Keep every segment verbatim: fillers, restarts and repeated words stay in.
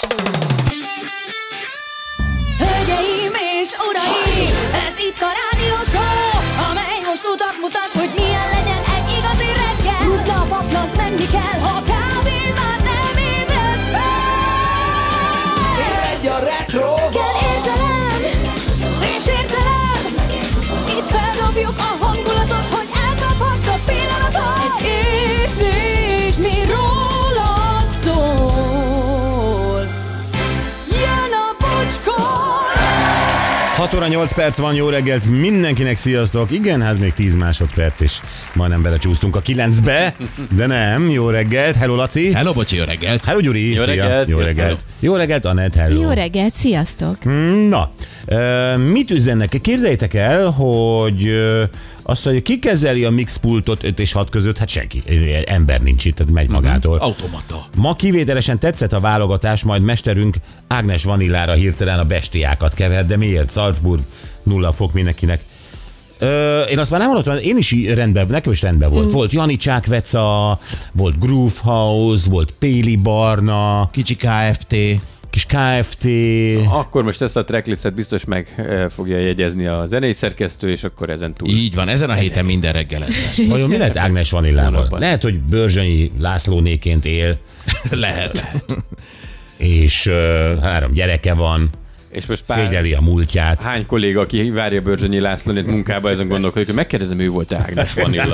Hölgyeim és uraim, ez itt a rádió show, amely most utat mutat, hogy milyen legyen egy igazi reggel. Rutna a paplant, menni kell, ha kávén már nem ébresz fel. Egy a retro. Kell érzelem és értelem, itt feldobjuk a hangulatot, hogy elkaphast a pillanatot. Egy érzés, mi rólad szól. Jön a Bocskor! hat óra nyolc perc van, jó reggelt mindenkinek, sziasztok! Igen, hát még tíz másodperc is majdnem belecsúsztunk a kilencbe, de nem, jó reggelt, hello Laci! Hello, bocsi, jó reggelt! Hello Gyuri! Jó szia. reggelt, Jó sziasztok. reggelt! Jó reggelt, Anett, hello! Jó reggelt, sziasztok! Na, mit üzennek? Képzeljétek el, hogy azt mondja, ki kezeli a mixpultot öt és hat között? Hát senki. Ember nincs itt, tehát megy magától. Automata. Ma kivételesen tetszett a válogatás, majd mesterünk Ágnes Vanillára hirtelen a bestiákat kevert, de miért? Salzburg, nulla fok mindenkinek. Ö, én azt már nem hallottam, én is rendben, nekem is rendben volt. Mm. Volt Jani Csákveca, volt Groove House, volt Péli Barna, Kicsi ká ef té. kis ká ef té. Akkor most ezt a tracklistet biztos meg eh, fogja jegyezni a zenei szerkesztő, és akkor ezen túl. Így van, ezen a héten minden reggel ez lesz. Vajon mi lett Ágnes Vanillával? Hónapban. Lehet, hogy Börzsönyi Lászlónéként él, Lehet. és ö, három gyereke van, És most pár, szégyeli a múltját. hány kolléga, aki várja Börzsönyi Lászlónét munkába, ezen gondolkodik, hogy megkérdezem, ő volt Ágnes Vanilla.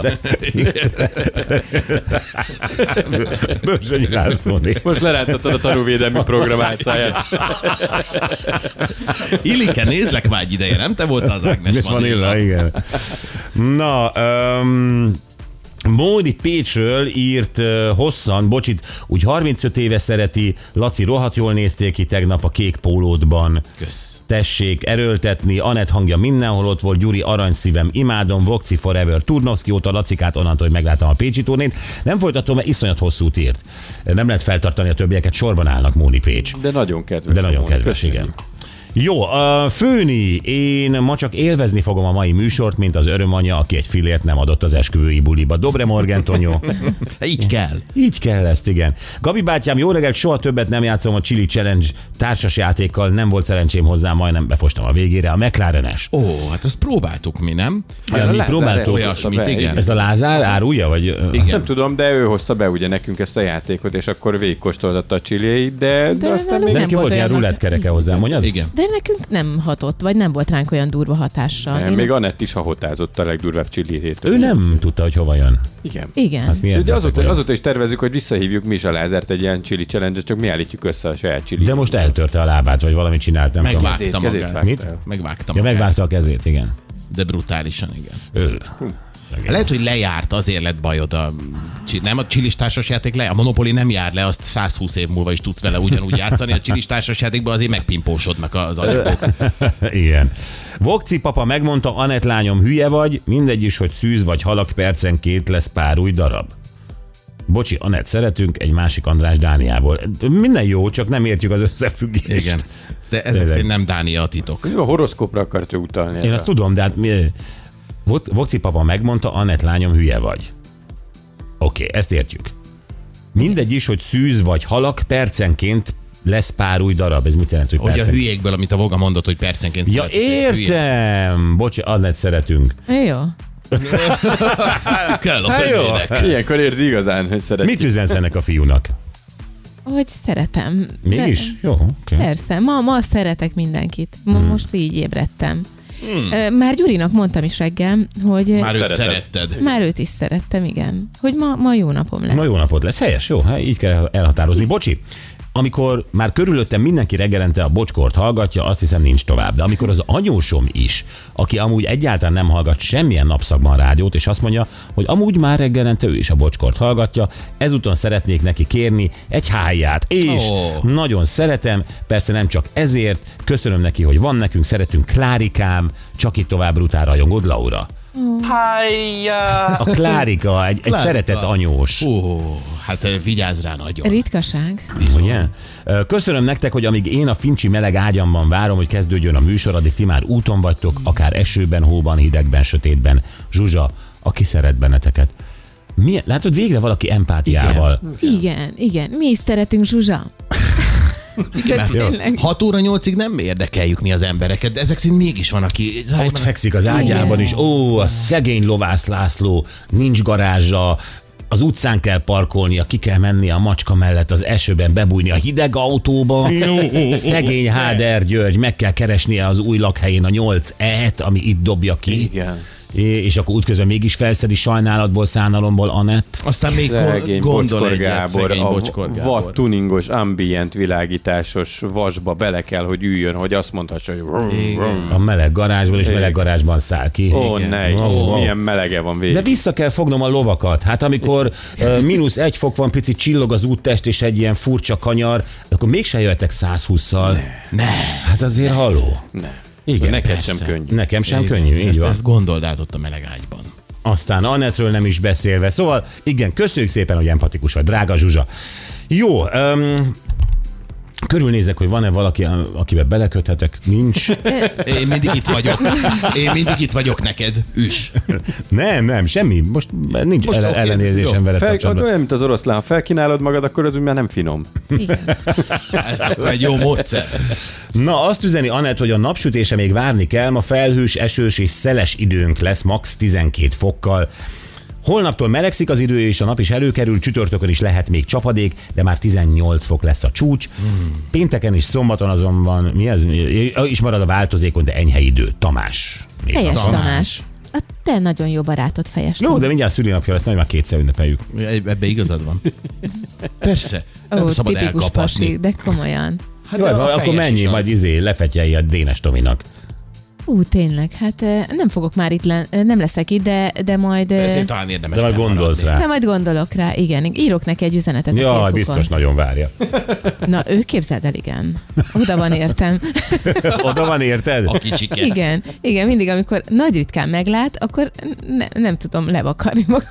Börzsönyi Lászlóné. Most lerántottad a tanúvédelmi programátszáját. Illike, nézlek már egy ideje, nem te voltál az Ágnes Ágnes Vanilla, igen. Na, um, Módi Pécsről írt uh, hosszan, bocsit, úgy harmincöt éve szereti, Laci rohadt jól néztél ki tegnap a kék pólódban. Kösz. Tessék erőltetni, Anett hangja mindenhol ott volt, Gyuri aranyszívem, imádom, Vokci forever, Turnovszki óta Lacikát onnantól, hogy megláttam a Pécsi turnét. Nem folytatom, mert iszonyat hosszút írt. Nem lehet feltartani a többieket, sorban állnak Móni Pécs. De nagyon kedves. De nagyon Móni, kedves, köszönjük. igen. Jó, uh, Főni, én ma csak élvezni fogom a mai műsort, mint az örömanyja, aki egy fillért nem adott az esküvői buliba. Dobre Morgan, Tonyó. Így kell. Így kell ezt, igen. Gabi bátyám, jó reggelt, soha többet nem játszom a Chili Challenge társasjátékkal, nem volt szerencsém hozzá, majdnem befostam a végére, a McLaren-es. Ó, hát ezt próbáltuk mi, nem? Ja, mi Lázár próbáltuk. Olyasmit, be, igen. Ezt a Lázár árulja, vagy? Igen. Azt nem tudom, de ő hozta be ugye nekünk ezt a játékot, és akkor végigkóstoltatta a chiliét, de, de, De aztán nálunk még De nem neki volt volt ilyen olyan rulett nagy- kereke hozzá, mondjad? Igen. De nekünk nem hatott, vagy nem volt ránk olyan durva hatással. nem, Én- még Anett is hahotázott a legdurvább chiliét. Ő nem tudta, hogy hova jön. Igen. Igen. Hát milyen De cetek azóta, vagyunk. azóta is tervezzük, hogy visszahívjuk mi is a Lázárt egy ilyen chili challenge, csak mi állítjuk össze a saját chili. De most eltörte a lábát, vagy valamit csinált, nem tudom. Megvágta kezét magát. vágta Mit? el. Megvágta Ja, magát. megvágta a kezét, igen. De brutálisan, igen. Ő. Lehet, hogy lejárt, azért lett bajod a... csi- Nem a csilis társasjáték le, a Monopoly nem jár le, azt száz húsz év múlva is tudsz vele ugyanúgy játszani, a csilis társasjátékban azért megpimpósodnak az anyagok. Igen. Vokci papa megmondta, Anett lányom, hülye vagy, mindegy is, hogy szűz vagy halak, percenként lesz pár új darab. Bocsi, Anett, szeretünk, egy másik András Dániából. Minden jó, csak nem értjük az összefüggést. Igen. De ezek Tényleg. szerint nem Dánia a titok. A horoszkópra akart ő utalni. Én azt tudom, de hát mi... Vok- Vokci papa megmondta, Anett lányom, hülye vagy. Oké, ezt értjük. Mindegy is, hogy szűz vagy halak, percenként lesz pár új darab. Ez mit jelent, hogy Hogy a percenként? hülyékből, amit a Voga mondott, hogy percenként Ja, szeretik, hülye. értem! Bocsi, Anett szeretünk. Jó. Kell a Hát jó. főnőnek. Ilyenkor érzi igazán, hogy szeret. Mit üzensz ennek a fiúnak? Hogy szeretem. Mégis? De, Jó, oké. persze, ma, ma szeretek mindenkit. Ma Hmm. most így ébredtem. Hmm. Már Gyurinak mondtam is reggel, hogy Már őt Szereted. szeretted. már őt is szerettem, igen. Hogy ma, ma jó napom lesz. Ma jó napot lesz, helyes, jó, hát így kell elhatározni. Bocsi, amikor már körülöttem mindenki reggelente a Bocskort hallgatja, azt hiszem nincs tovább. De amikor az anyósom is, aki amúgy egyáltalán nem hallgat semmilyen napszakban rádiót, és azt mondja, hogy amúgy már reggelente ő is a Bocskort hallgatja, ezúton szeretnék neki kérni egy háját. És Ó. nagyon szeretem, persze nem csak ezért, köszönöm neki, hogy van nekünk, szeretünk Klárikám, csak itt tovább brutál rajongod, Laura. A Klárika, egy, egy Klárika. szeretett anyós. Ó, hát eh, vigyázz rá nagyon. Ritkaság. Ugye? Köszönöm nektek, hogy amíg én a fincsi meleg ágyamban várom, hogy kezdődjön a műsor, addig ti már úton vagytok, akár esőben, hóban, hidegben, sötétben. Zsuzsa, aki szeret benneteket. Milyen, látod, végre valaki empátiával. Igen, igen. Mi is szeretünk, Zsuzsa. De tényleg. hat óra nyolcig nem érdekeljük mi az embereket, de ezek szerint mégis van, aki... Ott fekszik az ágyában is. Ó, a szegény Lovász László, nincs garázsa, az utcán kell parkolnia, ki kell menni a macska mellett az esőben, bebújni a hideg autóba. Szegény Háder György, meg kell keresnie az új lakhelyén a nyolc E-t, ami itt dobja ki. Igen. És akkor útközben mégis felszedi sajnálatból, szánalomból Anett. Aztán még Szegény gondol Bocskor egyet, Gábor, szegény a Bocskor Gábor. vad tuningos, ambient világításos vasba bele kell, hogy üljön, hogy azt mondhassa, hogy vrum, vrum. A meleg garázsból, és meleg garázsban száll ki. Ó, ne, Ó, milyen melege van végig. De vissza kell fognom a lovakat. Hát amikor uh, mínusz egy fok van, picit csillog az úttest, és egy ilyen furcsa kanyar, akkor mégsem jöhetek száz hússzal. Ne. Ne. Hát azért halló. Ne. Igen, Neked persze. sem könnyű. Nekem sem Igen, könnyű, így ezt, van. ezt gondold át ott a meleg ágyban. Aztán Anettről nem is beszélve. Szóval igen, köszönjük szépen, hogy empatikus vagy, drága Zsuzsa. Jó, um, körülnézek, hogy van-e valaki, akivel beleköthetek. Nincs. Én mindig itt vagyok. Én mindig itt vagyok neked. Üss. Nem, nem, semmi. Most nincs Most ele- oké, ellenérzésem jó. veled Fel, kapcsolatban. olyan, mint az oroszlán, ha felkínálod magad, akkor az úgy már nem finom. Igen. Ez egy jó módszer. Na, azt üzeni Anett, hogy a napsütése még várni kell, ma felhős, esős és szeles időnk lesz, max. tizenkét fokkal. Holnaptól melegszik az idő, és a nap is előkerül, csütörtökön is lehet még csapadék, de már tizennyolc fok lesz a csúcs. Hmm. Pénteken és szombaton azonban, mi ez? Is marad a változékony, de enyhe idő. Tamás. Még Fejes a- Tamás. A te nagyon jó barátod Fejes Jó, Tamás. de mindjárt szülinapja lesz, majd már kétszer ünnepeljük. Ebbe igazad van. Persze. Ó, Nem szabad tipikus pasi, elkapatni. de komolyan. Hát Jó, de a akkor fejes menjél, is majd az. izé, lefetyelj a Dénes Tominak. Ú, tényleg, hát eh, nem fogok már itt lenni, nem leszek itt, de, de majd... eh, Ezért talán érdemes De majd bemaradni. gondolsz De rá. majd gondolok rá, igen. Írok neki egy üzenetet a Jaj, Facebookon. biztos nagyon várja. Na, ő képzeld el, igen. Oda van értem. Oda van, érted? A kicsike. Igen, igen, mindig, amikor nagy ritkán meglát, akkor ne, nem tudom levakarni magam.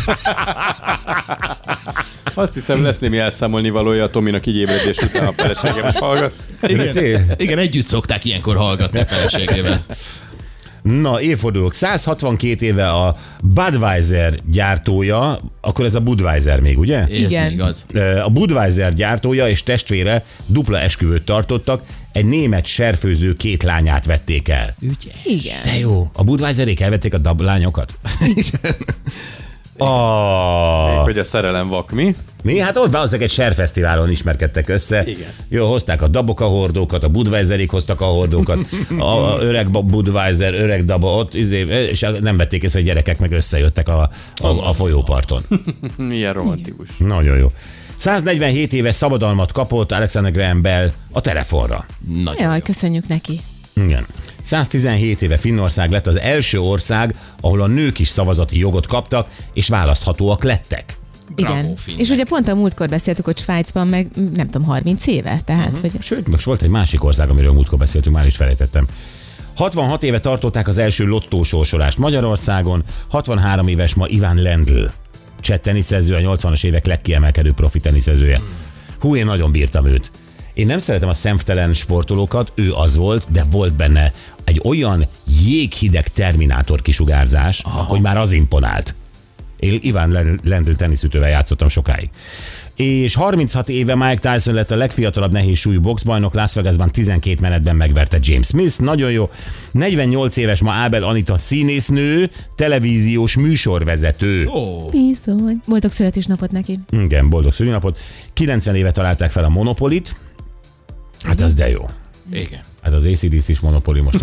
Azt hiszem, lesz némi elszámolni valója a Tominak így ébredés után, a felesége most hallgat. Igen, igen, együtt szokták ilyenkor hallgatni a feleségével. Na, évfordulók. száz hatvankét éve a Budweiser gyártója, akkor ez a Budweiser még, ugye? Ez Igen. még az. A Budweiser gyártója és testvére dupla esküvőt tartottak, egy német serfőző két lányát vették el. Ügyes. Igen. De jó. A Budweiserék elvették a dab- lányokat? Ah, Hogy a szerelem vak, mi? mi? Hát ott valószínűleg egy serfesztiválon ismerkedtek össze. Igen. Jó, hozták a daboka hordókat, a Budweiserék hoztak a hordókat, a, a öreg Budweiser, öreg daba ott, izé, és nem vették észre, hogy gyerekek meg összejöttek a, a, a folyóparton. Milyen romantikus. Nagyon jó. száznegyvenhét éves szabadalmat kapott Alexander Graham Bell a telefonra. Nagyon Jaj, jó. köszönjük neki. Igen. száztizenhét éve Finnország lett az első ország, ahol a nők is szavazati jogot kaptak, és választhatóak lettek. Bravo, Igen. finnek. És ugye pont a múltkor beszéltük, hogy Svájcban meg nem tudom, harminc éve, tehát uh-huh. hogy Sőt, most volt egy másik ország, amiről múltkor beszéltünk, már is felejtettem. hatvanhat éve tartották az első lottósorsolást Magyarországon, hatvanhárom éves ma Ivan Lendl, cseh teniszező, a nyolcvanas évek legkiemelkedő profi teniszezője. Hú, én nagyon bírtam őt. Én nem szeretem a szemtelen sportolókat, ő az volt, de volt benne egy olyan jéghideg terminátor kisugárzás, Aha. hogy már az imponált. Én Ivan Lendl teniszütővel játszottam sokáig. És harminchat éve Mike Tyson lett a legfiatalabb nehézsúlyú boxbajnok, Las Vegasban tizenkét menetben megverte James Smith, nagyon jó. negyvennyolc éves ma Ábel Anita színésznő, televíziós műsorvezető. Ó, bizony. Boldog születésnapot neki. Igen, boldog szülinapot. kilencven éve találták fel a Monopolit. Hát az de jó. igen. Hát az á cé dé cé is Monopoly most.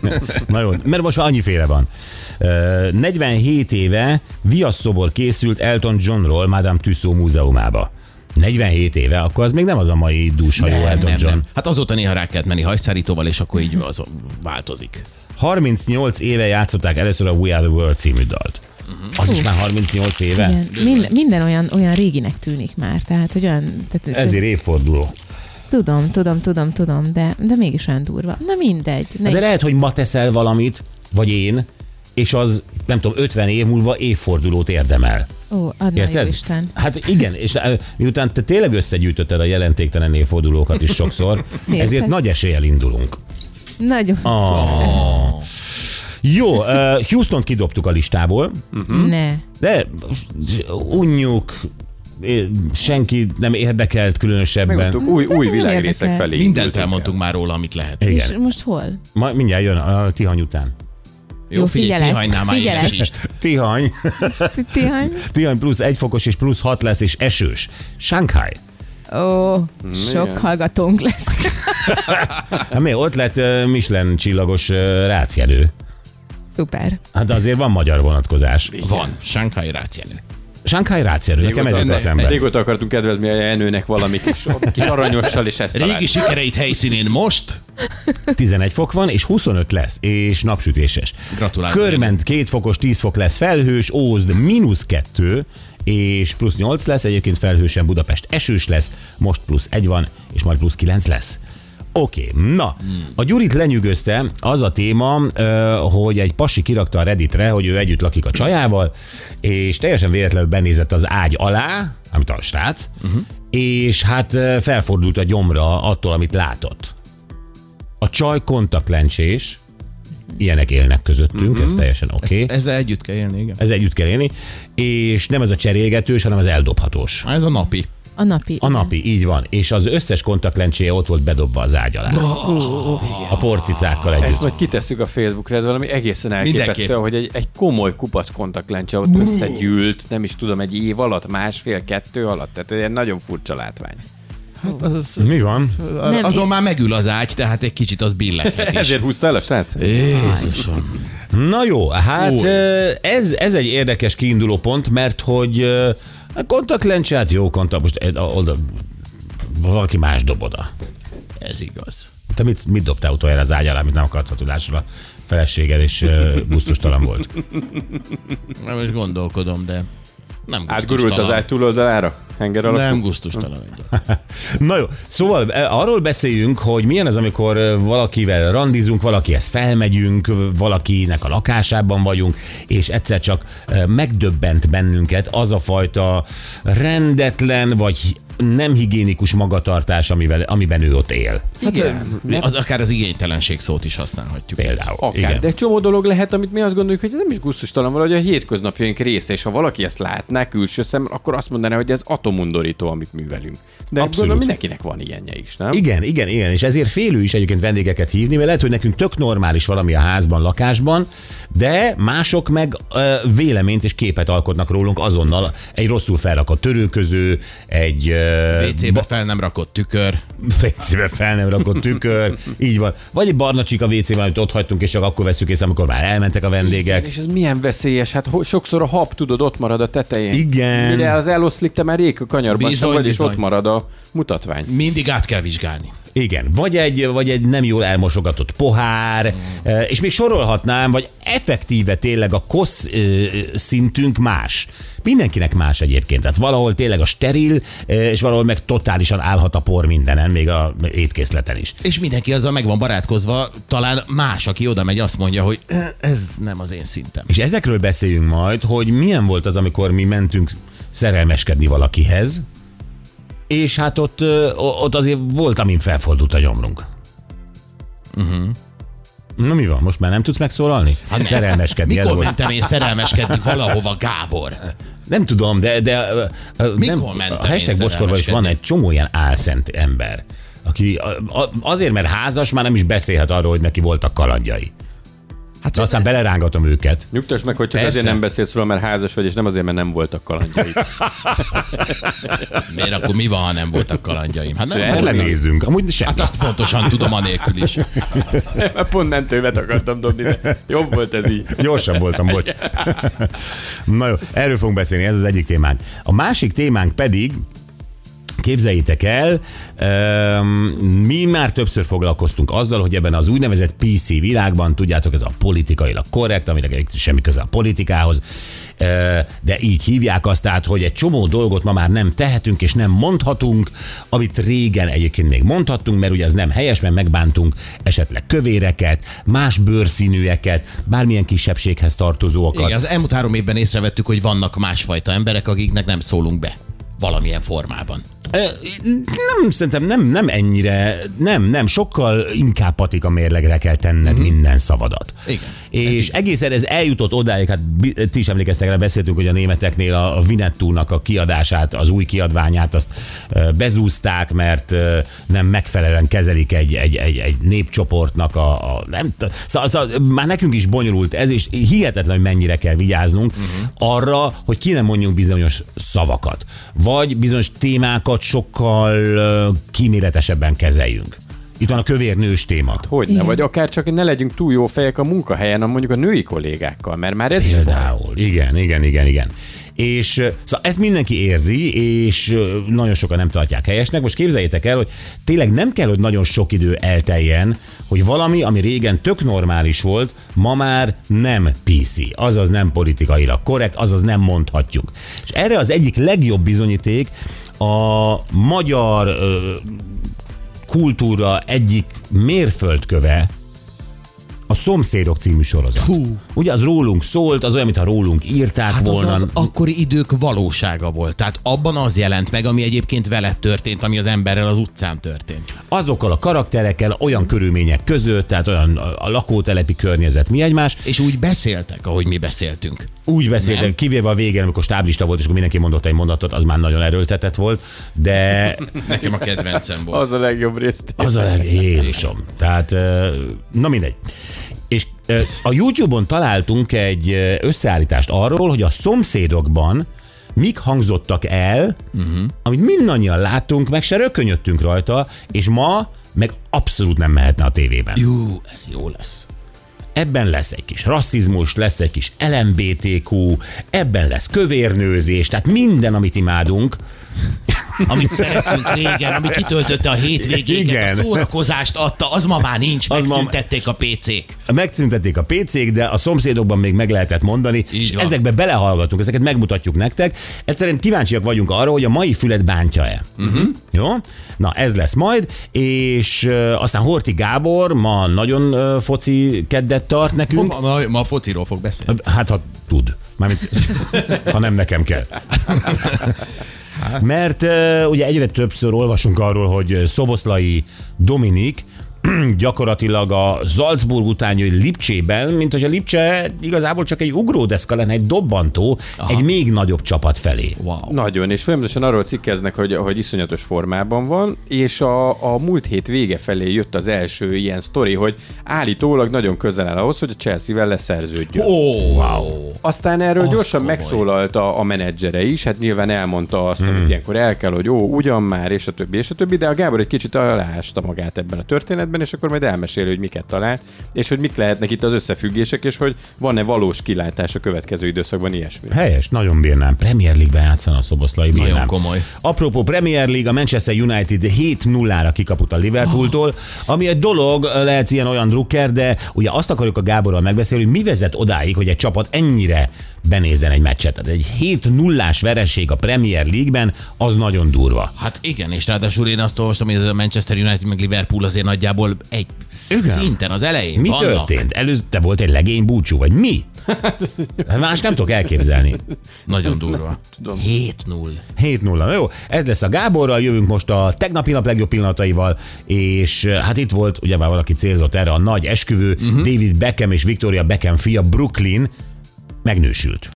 Na jó, mert most már annyiféle van. Uh, negyvenhét éve viaszszobor készült Elton Johnról Madame Tussauds múzeumába. negyvenhét éve, akkor az még nem az a mai dúshajó Elton nem, John. nem. Hát azóta néha rá kellett menni hajszárítóval, és akkor így az változik. harmincnyolc éve játszották először a We Are the World című dalt. Az is már harmincnyolc éve? Igen. Minden, minden olyan, olyan réginek tűnik már, tehát hogy olyan... Tehát, Ezért évforduló. Tudom, tudom, tudom, tudom, de, de mégis olyan durva. Na mindegy. Ne De is- lehet, hogy ma teszel valamit, vagy én, és az, nem tudom, ötven év múlva évfordulót érdemel. Ó, adna jó Érted? Isten. Hát igen, és eh, miután te tényleg összegyűjtötted a jelentéktelen évfordulókat is sokszor, Érted? ezért nagy eséllyel indulunk. Nagyon Ah. Jó, uh, Houstont kidobtuk a listából, szó. Ne. de unjuk, senki nem érdekelt különösebben. Megmondtuk, új, új Nem világrészek érdekel. felé. Mindent indultunk elmondtunk már róla, amit lehet. Igen. És most hol? Ma, mindjárt jön a Tihany után. Jó, figyelek, Tihánynál már figyelek. éles is. Tihany. Tihany? Tihany plusz egy fokos és plusz hat lesz, és esős. Shanghai. Ó, sok igen. hallgatónk lesz. Hát mi, ott lett uh, Michelin csillagos uh, rácjenő. Szuper. Hát azért van magyar vonatkozás. Van. Shanghai rácjenő. Shanghai rácjenő, nekem ez Régóta- jut eszembe. Régóta akartunk kedvezni a Jenőnek valami kis, kis aranyossal, és ezt Régi talált. sikereit helyszínén most. tizenegy fok van, és huszonöt lesz, és napsütéses. Gratulálok. Körment két fokos, tíz fok lesz felhős, Ózd mínusz kettő, és plusz nyolc lesz, egyébként felhősen Budapest esős lesz, most plusz egy van, és majd plusz kilenc lesz. Oké, okay, na, a Gyurit lenyűgözte az a téma, hogy egy pasi kirakta a Redditre, hogy ő együtt lakik a csajával, és teljesen véletlenül benézett az ágy alá, amit a srác, uh-huh. és hát felfordult a gyomra attól, amit látott. A csaj kontaktlencsés, ilyenek élnek közöttünk, uh-huh. ez teljesen oké. Okay. Ezzel együtt kell élni, igen. Ez együtt kell élni, és nem ez a cserélgetős, hanem az eldobhatós. Ez a napi. A napi. A napi, így van. És az összes kontaktlencséje ott volt bedobva az ágy alá. Oh, a porcicákkal együtt. Ezt majd kitesszük a Facebookra, ez valami egészen elképesztő, Mindenképp. hogy egy, egy komoly kupac kontaktlencse ott összegyűlt, nem is tudom, egy év alatt, másfél, kettő alatt, tehát egy nagyon furcsa látvány. Hát az, Mi van? Nem, azon én- már megül az ágy, tehát egy kicsit az billeghet is. Ezért húzta el a srác? Jézusom. Na jó, hát Ó. ö, ez, ez egy érdekes kiinduló pont, mert hogy ö, a kontaktlencse, hát jó kontakt, most ö, oda, valaki más dob oda. Ez igaz. Te mit, mit dobtál utoljára az ágy alá, amit nem akartad tudásra a feleséged, és ö, gusztustalan volt? Na most gondolkodom, de nem Átgurult az gusztustalan. ágy túloldalára? Henger alakú? Nem gusztustalan egyet. Na jó, szóval eh, arról beszéljünk, hogy milyen az, amikor eh, valakivel randizunk, valakihez felmegyünk, valakinek a lakásában vagyunk, és egyszer csak eh, megdöbbent bennünket az a fajta rendetlen, vagy nem higiénikus magatartás, amivel, amiben ő ott él. Igen. Hát, az, akár az igénytelenség szót is használhatjuk. Például. Akár, Igen. de egy csomó dolog lehet, amit mi azt gondoljuk, hogy ez nem is gusztustalan, valahogy a hétköznapjaink része, és ha valaki ezt látná külső szem, akkor azt mondaná, hogy ez atomundorító, amit művelünk. De Abszolút. gondolom mindenkinek van ilyenje is, nem? Igen, igen, igen, és ezért félő is egyébként vendégeket hívni, mert lehet, hogy nekünk tök normális valami a házban, lakásban, de mások meg ö, véleményt és képet alkotnak rólunk azonnal. Egy rosszul felrakott törőköző, egy ö, vé cébe fel nem rakott tükör. vé cébe fel nem rakott tükör, így van. Vagy egy barna csík a vé cében, amit ott hagytunk, és csak akkor veszük észre, amikor már elmentek a vendégek. És ez milyen veszélyes, hát ho- sokszor a hab, tudod, ott marad a tetején. Igen. Mire az eloszlik, te már rég a kanyarban Bizony, sem vagy, és bizony. ott marad a mutatvány. Mindig át kell vizsgálni. Igen, vagy egy, vagy egy nem jól elmosogatott pohár, mm. és még sorolhatnám, vagy effektíve tényleg a kosz ö, szintünk más. Mindenkinek más egyébként. Tehát valahol tényleg a steril, és valahol meg totálisan állhat a por mindenen, még a étkészleten is. És mindenki azzal meg van barátkozva, talán más, aki oda megy, azt mondja, hogy "Eh, ez nem az én szintem. És ezekről beszéljünk majd, hogy milyen volt az, amikor mi mentünk szerelmeskedni valakihez, és hát ott, ö, ott azért volt, amin felfordult a gyomrunk. Uh-huh. Na mi van, most már nem tudsz megszólalni? Hát szerelmeskedni, ez Mikor volt. mentem én szerelmeskedni valahova, Gábor? Nem tudom, de, de ö, ö, Mikor nem, mentem a hashtag én bocskorban is van szerelmeskedni? egy csomó ilyen álszent ember, aki a- a- azért, mert házas, már nem is beszélhet arról, hogy neki voltak kalandjai. Hát De aztán belerángatom őket. Nyugtass meg, hogy csak Persze. azért nem beszélsz róla, mert házas vagy, és nem azért, mert nem voltak kalandjai. miért akkor mi van, ha nem voltak kalandjaim? Hát, nem Hát Hát voltak. lenézzünk. Amúgy semmi. Hát azt pontosan tudom anélkül is. Pont nem többet akartam dobni, de jobb volt ez így. Gyorsan voltam, bocs. Na jó, erről fogunk beszélni, ez az egyik témánk. A másik témánk pedig, képzeljétek el, um, mi már többször foglalkoztunk azzal, hogy ebben az úgynevezett pé cé világban, tudjátok, ez a politikailag korrekt, aminek semmi köze a politikához, uh, de így hívják azt át, hogy egy csomó dolgot ma már nem tehetünk és nem mondhatunk, amit régen egyébként még mondhattunk, mert ugye az nem helyes, mert megbántunk esetleg kövéreket, más bőrszínűeket, bármilyen kisebbséghez tartozóakat. Igen, az elmúlt három évben észrevettük, hogy vannak másfajta emberek, akiknek nem szólunk be valamilyen formában. Nem, szerintem nem, nem ennyire, nem, nem, sokkal inkább patika mérlegre kell tenned uh-huh. minden szavadat. Igen. És ez egészen ez eljutott odáig, hát ti is emlékeztek rá, beszéltünk, hogy a németeknél a Winnetou-nak a kiadását, az új kiadványát, azt bezúzták, mert nem megfelelően kezelik egy, egy, egy, egy népcsoportnak a, a nem, szóval, szóval már nekünk is bonyolult ez, és hihetetlen, hogy mennyire kell vigyáznunk uh-huh. arra, hogy ki nem mondjunk bizonyos szavakat, vagy bizonyos témákat sokkal kíméletesebben kezeljünk. Itt van a kövér nős téma. Hogyne, vagy akár csak ne legyünk túl jó fejek a munkahelyen, hanem mondjuk a női kollégákkal, mert már ez például. Igen, igen, igen, igen. És szóval ezt mindenki érzi, és nagyon sokan nem tartják helyesnek. Most képzeljétek el, hogy tényleg nem kell, hogy nagyon sok idő elteljen, hogy valami, ami régen tök normális volt, ma már nem pé cé, azaz nem politikailag korrekt, azaz nem mondhatjuk. És erre az egyik legjobb bizonyíték a magyar ö, kultúra egyik mérföldköve, a Szomszédok című sorozat. Hú. Ugye az rólunk szólt, az olyan, mintha rólunk írták hát volna. Az, az akkori idők valósága volt. Tehát abban az jelent meg, ami egyébként veled történt, ami az emberrel az utcán történt. Azokkal a karakterekkel, olyan körülmények között, tehát olyan a lakótelepi környezet, mi egymás. És úgy beszéltek, ahogy mi beszéltünk. Úgy beszéltek, kivéve a végén, amikor stáblista volt, és akkor mindenki mondott egy mondatot, az már nagyon erőltetett volt, de... Nekem a kedvencem volt. Az a legjobb rész. Az a leg... Jézusom. Tehát, na mindegy. És a YouTube-on találtunk egy összeállítást arról, hogy a Szomszédokban mik hangzottak el, uh-huh. amit mindannyian láttunk, meg se rökönyödtünk rajta, és ma meg abszolút nem mehetne a tévében. Jó, ez jó lesz. Ebben lesz egy kis rasszizmus, lesz egy kis el em bé té kú, ebben lesz kövérnőzés, tehát minden, amit imádunk. Amit szerettünk régen, ami kitöltötte a hétvégéket, a szórakozást adta, az ma már nincs, az megszüntették ma... a pé cék. Megszüntették a pé cék, de a Szomszédokban még meg lehetett mondani, így és van. Ezekbe belehallgatunk, ezeket megmutatjuk nektek. Egyszerűen kíváncsiak vagyunk arra, hogy a mai fület bántja-e. Uh-huh. Jó? Na, ez lesz majd, és uh, aztán Horthy Gábor ma nagyon uh, foci keddet tart nekünk. Ma, ma, ma a fociról fog beszélni. Hát, ha tud. Mármint, ha nem nekem kell. Mert uh, ugye egyre többször olvasunk arról, hogy Szoboszlai Dominik gyakorlatilag a Salzburg után jön Lipcsében, mint hogy a Lipcse igazából csak egy ugródeszka lenne, egy dobbantó, aha. egy még nagyobb csapat felé. Wow. Nagyon, és folyamatosan arról cikkeznek, hogy, hogy iszonyatos formában van, és a, a múlt hét vége felé jött az első ilyen sztori, hogy állítólag nagyon közel áll ahhoz, hogy a Chelsea-vel leszerződjön. Oh, wow. Aztán erről az gyorsan komoly. Megszólalt a, a menedzsere is, hát nyilván elmondta azt, hmm. hogy ilyenkor el kell, hogy jó, ugyan már, és a többi, és a többi, de a Gábor egy kicsit aláásta magát ebben a történetben, és akkor majd elmeséli, hogy miket talált, és hogy mik lehetnek itt az összefüggések, és hogy van-e valós kilátás a következő időszakban ilyesmi. Helyes, nagyon bírnám. Premier League-ben játszana a Szoboszlai, bírnám. Nagyon komoly. Apropó Premier League, a Manchester United hét nullára kikaput a Liverpooltól, ami egy dolog, lehet ilyen olyan drukker, de ugye azt akarjuk a Gáborral megbeszélni, hogy mi vezet odáig, hogy egy csapat ennyire benézzen egy meccset. Tehát egy hét nullás vereség a Premier League-ben, az nagyon durva. Hát igen, és ráadásul én azt olvastam, hogy a Manchester United meg Liverpool azért nagyjából egy igen. szinten az elején mi vannak. történt? Előtte volt egy legény búcsú, vagy mi? Más nem tudok elképzelni. Nagyon durva. hét null. hét nulla. Jó, ez lesz a Gáborral, jövünk most a tegnapi nap legjobb pillanataival, és hát itt volt, ugye már valaki célzott erre a nagy esküvő, uh-huh. David Beckham és Victoria Beckham fia Brooklyn megnősült.